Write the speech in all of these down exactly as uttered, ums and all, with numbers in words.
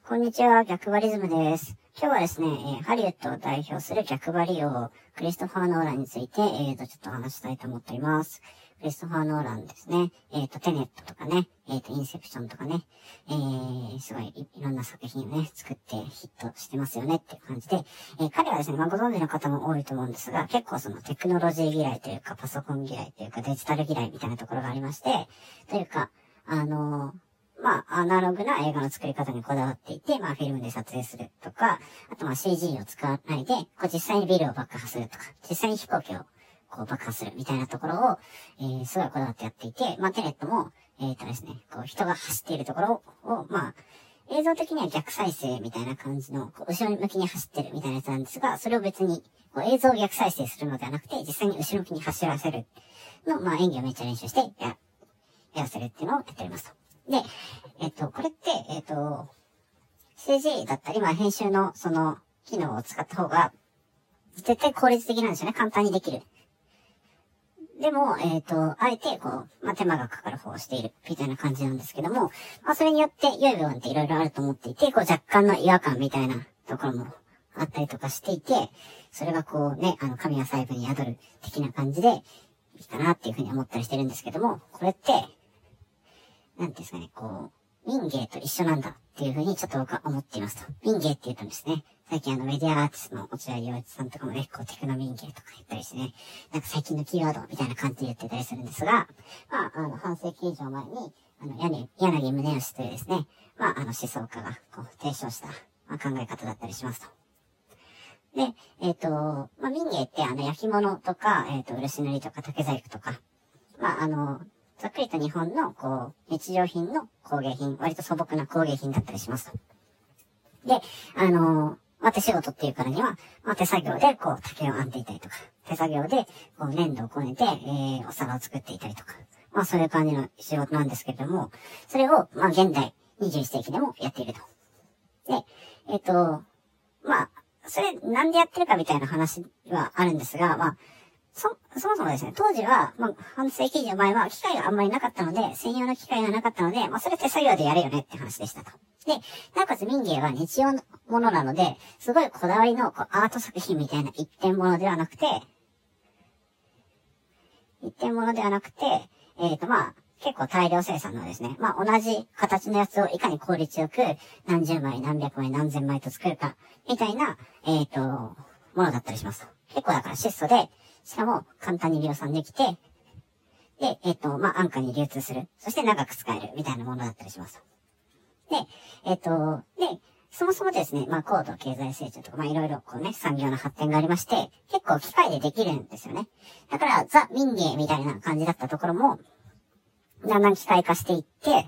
こんにちは、逆張リズムです。今日はですね、えー、ハリウッドを代表する逆張り王、クリストファー・ノーランについて、えーと、ちょっと話したいと思っています。クリストファー・ノーランですね、えーと、テネットとかね、えーと、インセプションとかね、えー、すごいい、いろんな作品をね、作ってヒットしてますよねっていう感じで、えー、彼はですね、まあ、ご存知の方も多いと思うんですが、結構そのテクノロジー嫌いというか、パソコン嫌いというか、デジタル嫌いみたいなところがありまして、というか、あのー、まあ、アナログな映画の作り方にこだわっていて、まあ、フィルムで撮影するとか、あとまあ シージー を使わないで、こう実際にビルを爆破するとか、実際に飛行機をこう爆破するみたいなところを、えー、すごいこだわってやっていて、まあ、テネットも、えーとですね、こう人が走っているところを、まあ、映像的には逆再生みたいな感じの、こう後ろ向きに走ってるみたいなやつなんですが、それを別に、こう映像を逆再生するのではなくて、実際に後ろ向きに走らせるの、まあ、演技をめっちゃ練習してや、やらせるっていうのをやっておりますと。で、えっと、これって、えっと、シージー だったり、まあ、編集の、その、機能を使った方が、絶対効率的なんですよね。簡単にできる。でも、えっと、あえて、こう、まあ、手間がかかる方をしている、みたいな感じなんですけども、まあ、それによって良い部分っていろいろあると思っていて、こう、若干の違和感みたいなところもあったりとかしていて、それがこうね、あの、神は細部に宿る的な感じで、いいかなっていうふうに思ったりしてるんですけども、これって、なんですかね、こう、民芸と一緒なんだっていうふうにちょっと僕は思っていますと。民芸って言うとですね、最近あのメディアアーティストの落合陽一さんとかもね、こうテクノ民芸とか言ったりしてね、なんか最近のキーワードみたいな感じで言ってたりするんですが、まあ、あの、半世紀以上前に、あの、柳、柳宗悦というですね、まあ、あの思想家がこう提唱した、まあ、考え方だったりしますと。で、えっと、まあ、民芸ってあの焼き物とか、えっと、漆塗りとか竹細工とか、まあ、あの、ざっくりと日本の、こう、日常品の工芸品、割と素朴な工芸品だったりしますと。で、あのー、まあ、手仕事っていうからには、まあ、手作業で、こう、竹を編んでいたりとか、手作業で、こう、粘土をこねて、えー、お皿を作っていたりとか、まあ、そういう感じの仕事なんですけれども、それを、まあ、現代、にじゅういっ世紀でもやっていると。で、えっと、まあ、それ、なんでやってるかみたいな話はあるんですが、まあ、そ、そもそもですね、当時は、まあ、半世紀以上前は機械があんまりなかったので、専用の機械がなかったので、まあ、それ手作業でやるよねって話でしたと。で、なおかつ民芸は日用のものなので、すごいこだわりのこうアート作品みたいな一点物ではなくて、一点物ではなくて、えっと、まあ、結構大量生産のですね、まあ、同じ形のやつをいかに効率よく何十枚、何百枚、何千枚と作るか、みたいな、えっと、ものだったりしますと。結構だから質素で、しかも簡単に量産できて、で、えっと、まあ、安価に流通する。そして長く使えるみたいなものだったりします。で、えっと、で、そもそもですね、まあ、高度経済成長とか、まあ、いろいろこうね、産業の発展がありまして、結構機械でできるんですよね。だから、ザ・民芸みたいな感じだったところも、だんだん機械化していって、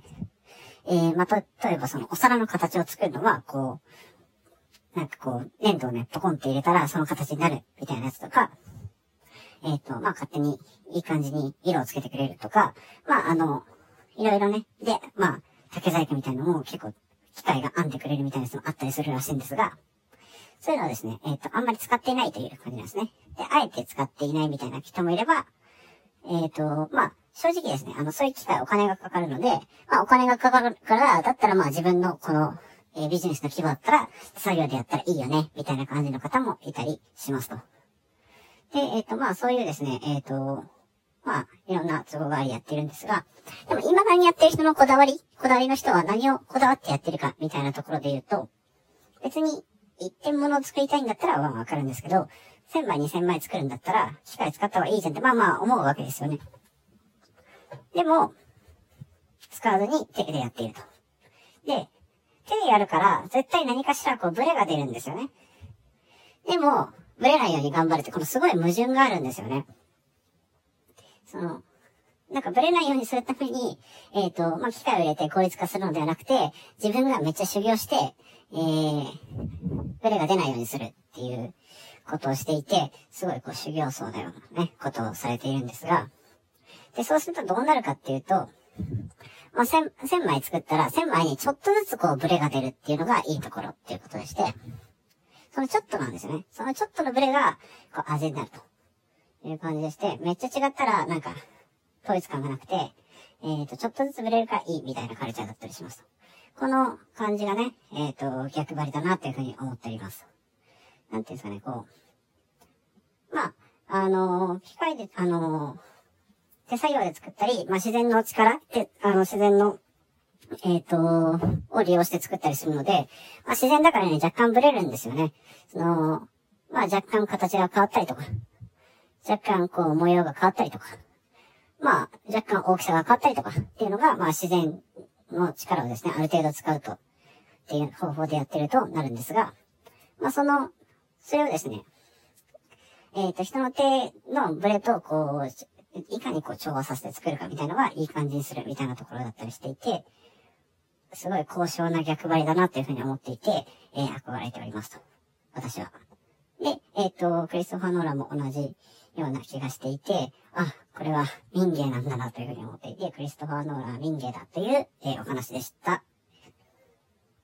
えー、まあ、例えばそのお皿の形を作るのは、こう、なんかこう、粘土をね、ポコンって入れたらその形になるみたいなやつとか、えっと、まあ、勝手にいい感じに色をつけてくれるとか、まあ、あの、いろいろね。で、まあ、竹細工みたいなのも結構機械が編んでくれるみたいなやつもあったりするらしいんですが、そういうのはですね、えっと、あんまり使っていないという感じなんですね。で、あえて使っていないみたいな人もいれば、えっと、まあ、正直ですね、あの、そういう機械お金がかかるので、まあ、お金がかかるから、だったらまあ自分のこの、えー、ビジネスの規模だったら、作業でやったらいいよね、みたいな感じの方もいたりしますと。で、えっと、まあ、そういうですね、えっと、まあ、いろんな都合がありやってるんですが、でも今何やってる人のこだわり、こだわりの人は何をこだわってやってるか、みたいなところで言うと、別に一点物を作りたいんだったらまあわかるんですけど、せんまい、にせんまい作るんだったら、機械使った方がいいじゃんって、まあまあ思うわけですよね。でも、使わずに手でやっていると。で、手でやるから、絶対何かしらこうブレが出るんですよね。でも、ブレないように頑張るって、このすごい矛盾があるんですよね。その、なんかブレないようにするために、えっと、まあ、機械を入れて効率化するのではなくて、自分がめっちゃ修行して、えー、ブレが出ないようにするっていうことをしていて、すごいこう修行僧のようなね、ことをされているんですが、で、そうするとどうなるかっていうと、まあ、千、千枚作ったら、千枚にちょっとずつこうブレが出るっていうのがいいところっていうことでして、そのちょっとなんですよね。そのちょっとのブレが、こう、あぜになるという感じでして、めっちゃ違ったら、なんか、統一感がなくて、えっと、ちょっとずつブレるからいいみたいなカルチャーだったりしますと。 この感じがね、えっと、逆張りだなっていうふうに思っております。なんていうんですかね、こう。まあ、あのー、機械で、あのー、手作業で作ったり、まあ自然の力って、あの、自然の、えっと、を利用して作ったりするので、まあ自然だからね、若干ブレるんですよね。その、まあ若干形が変わったりとか、若干こう模様が変わったりとか、まあ若干大きさが変わったりとかっていうのが、まあ自然の力をですね、ある程度使うと、っていう方法でやってるとなるんですが、まあその、それをですね、えっと、人の手のブレと、こう、いかにこう調和させて作るかみたいなのがいい感じにするみたいなところだったりしていて、すごい高尚な逆張りだなっていうふうに思っていて、えー、憧れておりますと。私は。で、えっと、クリストファー・ノーランも同じような気がしていて、あ、これは民芸なんだなというふうに思っていて、クリストファー・ノーランは民芸だという、えー、お話でした。